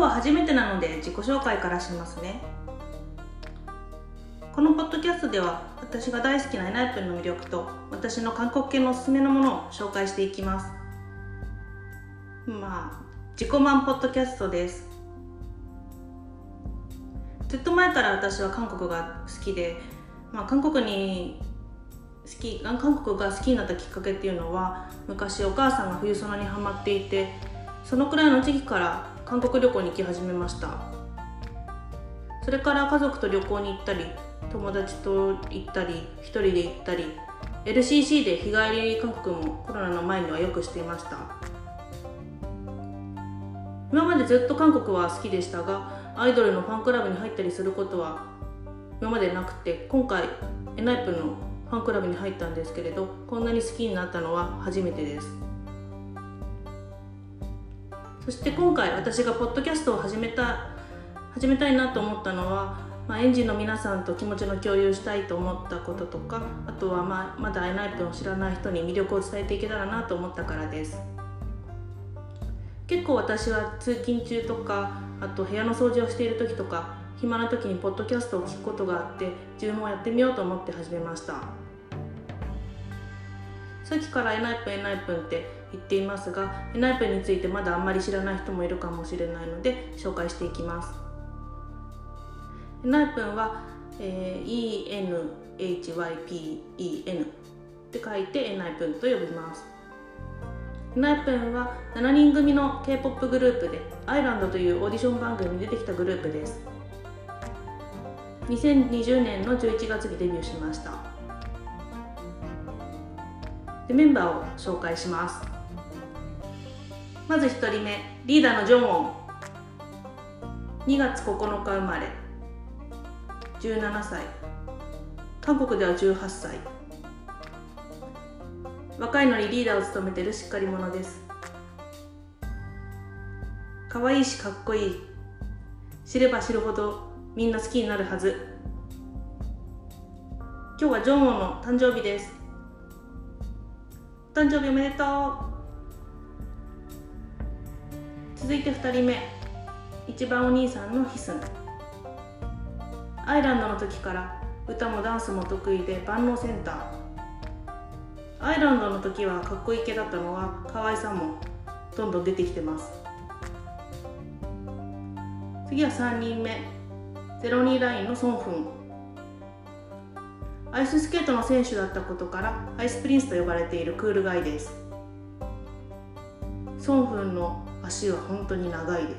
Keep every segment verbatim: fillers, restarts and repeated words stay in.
日は初めてなので自己紹介からしますね。このポッドキャストでは私が大好きなエナイプンの魅力と私の韓国系のおすすめのものを紹介していきます。まあ自己満ポッドキャストです。ずっと前から私は韓国が好きで、まあ、韓国に好き韓国が好きになったきっかけっていうのは、昔お母さんが冬ソナにハマっていて、そのくらいの時期から韓国旅行に行き始めました。それから家族と旅行に行ったり、友達と行ったり、一人で行ったり、 エルシーシー で日帰り韓国もコロナの前にはよくしていました。今までずっと韓国は好きでしたが、アイドルのファンクラブに入ったりすることは今までなくて、今回エナイプンのファンクラブに入ったんですけれど、こんなに好きになったのは初めてです。そして今回私がポッドキャストを始めた始めたいなと思ったのは、まあ、エンジンの皆さんと気持ちの共有したいと思ったこととか、あとは、まあ、まだエナイプンを知らない人に魅力を伝えていけたらなと思ったからです。結構私は通勤中とか、あと部屋の掃除をしている時とか、暇な時にポッドキャストを聞くことがあって、自分もやってみようと思って始めました。さっきからエナイプンエナイプンって言っていますが、エナイプンについてまだあんまり知らない人もいるかもしれないので紹介していきます。エナイプンは、えー、イーエヌエイチワイピーイーエヌ って書いてエナイプンと呼びます。エナイプンはしちにん組の K-ポップ グループで、アイランドというオーディション番組に出てきたグループです。にせんにじゅうねんのじゅういちがつにデビューしました。でメンバーを紹介します。まずひとりめ、リーダーのジョンウォン。にがつここのか生まれ、じゅうななさい、韓国ではじゅうはっさい。若いのにリーダーを務めているしっかり者です。可愛いしかっこいい。知れば知るほどみんな好きになるはず。今日はジョンウォンの誕生日です。お誕生日おめでとう。続いてふたりめ、一番お兄さんのヒスン。アイランドの時から歌もダンスも得意で万能センター。アイランドの時はかっこいい系だったのは可愛さもどんどん出てきてます。次はさんにんめ、ゼロにラインのソンフン。アイススケートの選手だったことからアイスプリンスと呼ばれているクールガイです。ソンフンの足は本当に長いです。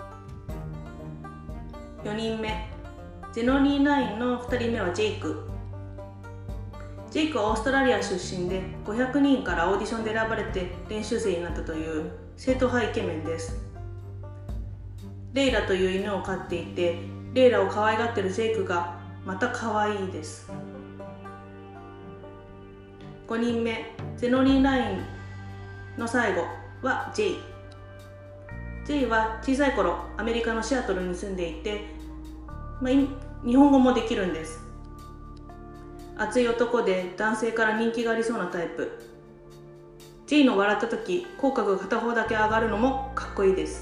よにんめ、ゼロにラインのふたりめはジェイク。ジェイクはオーストラリア出身で、ごひゃくにんからオーディションで選ばれて練習生になったという正統派イケメンです。レイラという犬を飼っていて、レイラを可愛がっているジェイクがまた可愛いです。ごにんめ、ゼロにラインの最後はジェイ。ジェイは小さい頃アメリカのシアトルに住んでいて、まあ、日本語もできるんです。熱い男で男性から人気がありそうなタイプ。ジェイの笑った時、口角が片方だけ上がるのもかっこいいです。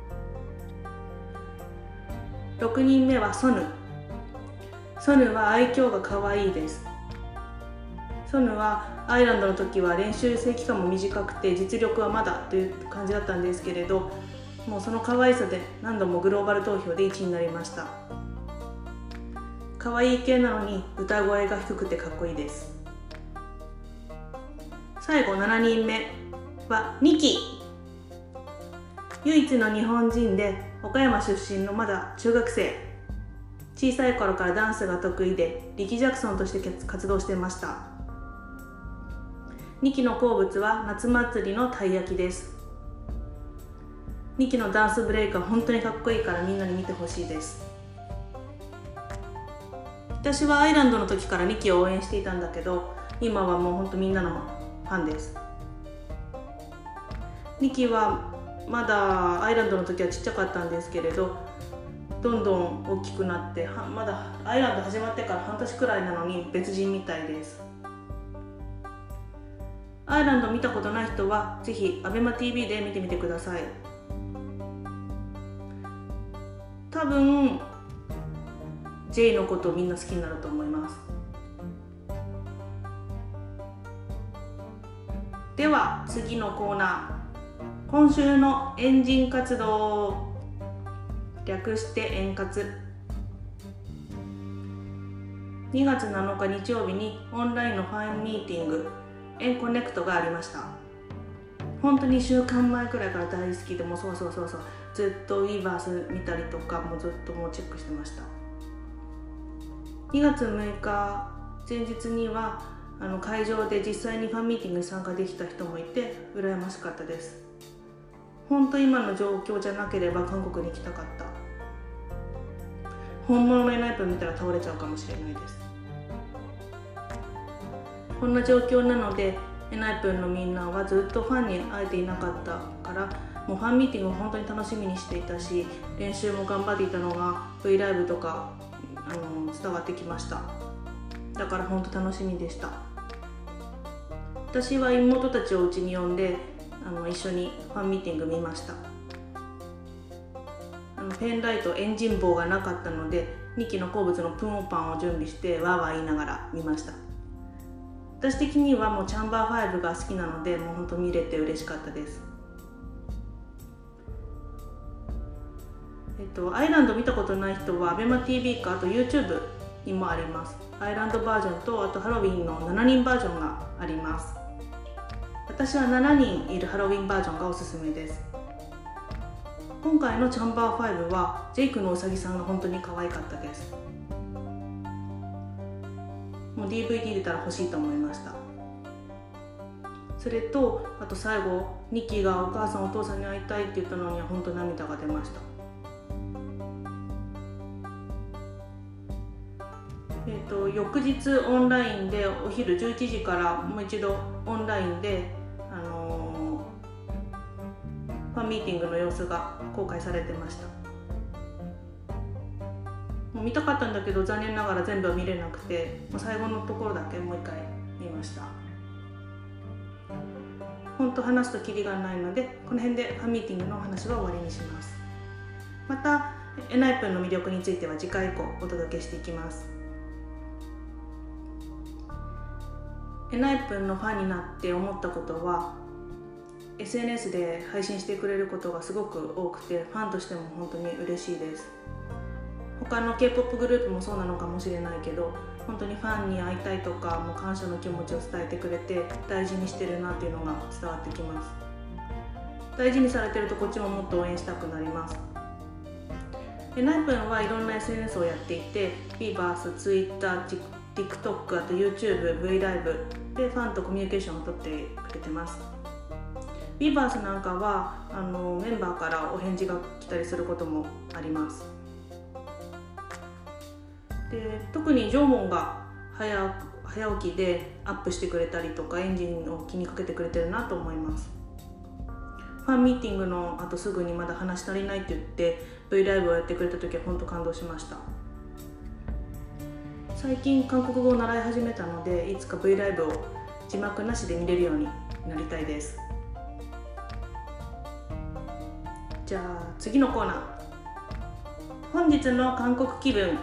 ろくにんめはソヌ。ソヌは愛嬌が可愛いです。ソヌはアイランドの時は練習生期間も短くて実力はまだという感じだったんですけれど、もうその可愛さで何度もグローバル投票でいちいになりました。可愛い系なのに歌声が低くてかっこいいです。最後しちにんめはニキ。唯一の日本人で岡山出身のまだ中学生。小さい頃からダンスが得意でリキ・ジャクソンとして活動していました。ニキの好物は夏祭りのたい焼きです。ニキのダンスブレイクは本当にかっこいいからみんなに見てほしいです。私はアイランドの時からニキを応援していたんだけど、今はもう本当みんなのファンです。ニキはまだアイランドの時はちっちゃかったんですけれど、どんどん大きくなって、まだアイランド始まってから半年くらいなのに別人みたいです。アイランド見たことない人はぜひ アベマティーブイ で見てみてください。 多分 J のことをみんな好きになると思います。では次のコーナー、今週のエンジン活動、略してエン活。にがつなのか日曜日にオンラインのファンミーティングエンコネクトがありました。本当にいっしゅうかんまえくらいから大好きで、もうそうそうそうそうずっと Weverse 見たりとか、もうずっともうチェックしてました。にがつむいか前日にはあの会場で実際にファンミーティングに参加できた人もいて羨ましかったです。本当今の状況じゃなければ韓国に行きたかった。本物のエナイプ見たら倒れちゃうかもしれないです。こんな状況なのでエナイプのみんなはずっとファンに会えていなかったから、もうファンミーティングを本当に楽しみにしていたし、練習も頑張っていたのが V ライブとかあの伝わってきました。だから本当楽しみでした。私は妹たちをうちに呼んであの一緒にファンミーティング見ました。あのペンライトエンジン棒がなかったのでにきの好物のプンオパンを準備してわーわー言いながら見ました。私的にはもうチャンバーファイブが好きなので、もう本当見れて嬉しかったです。えっと、アイランド見たことない人は アベマティーブイ かあと YouTube にもあります。アイランドバージョンとあとハロウィンのしちにんバージョンがあります。私はしちにんいるハロウィンバージョンがおすすめです。今回のチャンバーファイブはジェイクのうさぎさんが本当に可愛かったです。もう ディーブイディー 出たら欲しいと思いました。それとあと最後ニッキーがお母さんお父さんに会いたいって言ったのには本当涙が出ました。えーと、翌日オンラインでお昼じゅういちじからもう一度オンラインで、あのー、ファンミーティングの様子が公開されてました。もう見たかったんだけど残念ながら全部は見れなくて、もう最後のところだけもう一回見ました。本当話すとキリがないのでこの辺でファンミーティングのお話は終わりにします。またエナイプの魅力については次回以降お届けしていきます。エナイプのファンになって思ったことは エスエヌエス で配信してくれることがすごく多くて、ファンとしても本当に嬉しいです。他の ケーポップ グループもそうなのかもしれないけど、本当にファンに会いたいとかもう感謝の気持ちを伝えてくれて大事にしてるなっていうのが伝わってきます。大事にされてるとこっちももっと応援したくなります。エナイプはいろんな エスエヌエス をやっていて Weverse、Twitter、TikTok、あと YouTube、V ライブでファンとコミュニケーションをとってくれてます。Weverse なんかはあのメンバーからお返事が来たりすることもあります。で特にジョンウォンが 早, 早起きでアップしてくれたりとかエンジンを気にかけてくれてるなと思います。ファンミーティングのあとすぐにまだ話足りないって言って V ライブをやってくれた時は本当感動しました。最近韓国語を習い始めたのでいつか V ライブを字幕なしで見れるようになりたいです。じゃあ次のコーナー、本日の韓国気分。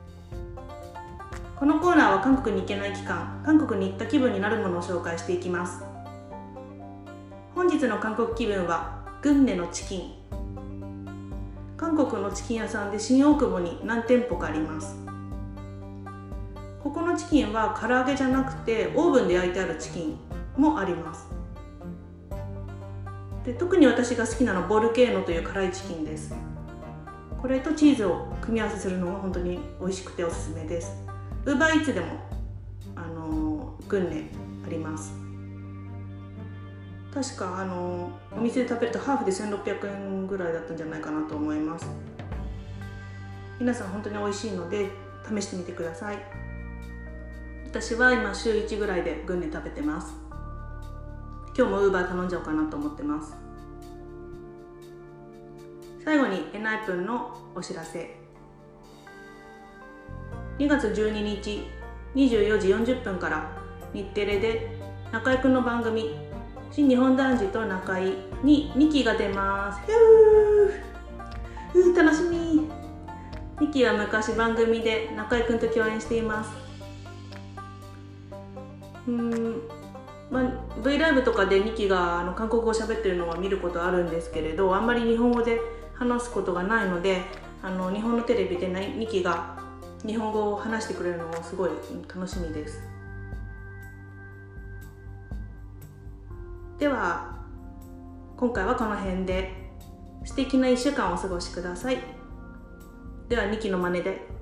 このコーナーは韓国に行けない期間、韓国に行った気分になるものを紹介していきます。本日の韓国気分はグンネのチキン。韓国のチキン屋さんで新大久保に何店舗かあります。ここのチキンは唐揚げじゃなくてオーブンで焼いてあるチキンもあります。で特に私が好きなのはボルケーノという辛いチキンです。これとチーズを組み合わせするのが本当に美味しくておすすめです。ウーバーイーツでもあのグンネあります。確かあのお店で食べるとハーフでせんろっぴゃくえんぐらいだったんじゃないかなと思います。皆さん本当に美味しいので試してみてください。私は今週いちぐらいでグンネ食べてます。今日もウーバー頼んじゃおうかなと思ってます。最後にエナイプンのお知らせ。にがつじゅうににちにじゅうよじよんじゅっぷんから日テレで中居くんの番組新日本男児と中居ににきが出ます。ふー楽しみ。 ニキは昔番組で中居くんと共演しています。うーん、まあ、V ライブとかでニキがあの韓国語を喋ってるのは見ることあるんですけれど、あんまり日本語で話すことがないので、あの日本のテレビでニキが日本語を話してくれるのもすごい楽しみです。では今回はこの辺で素敵ないっしゅうかんをお過ごしください。ではニキの真似で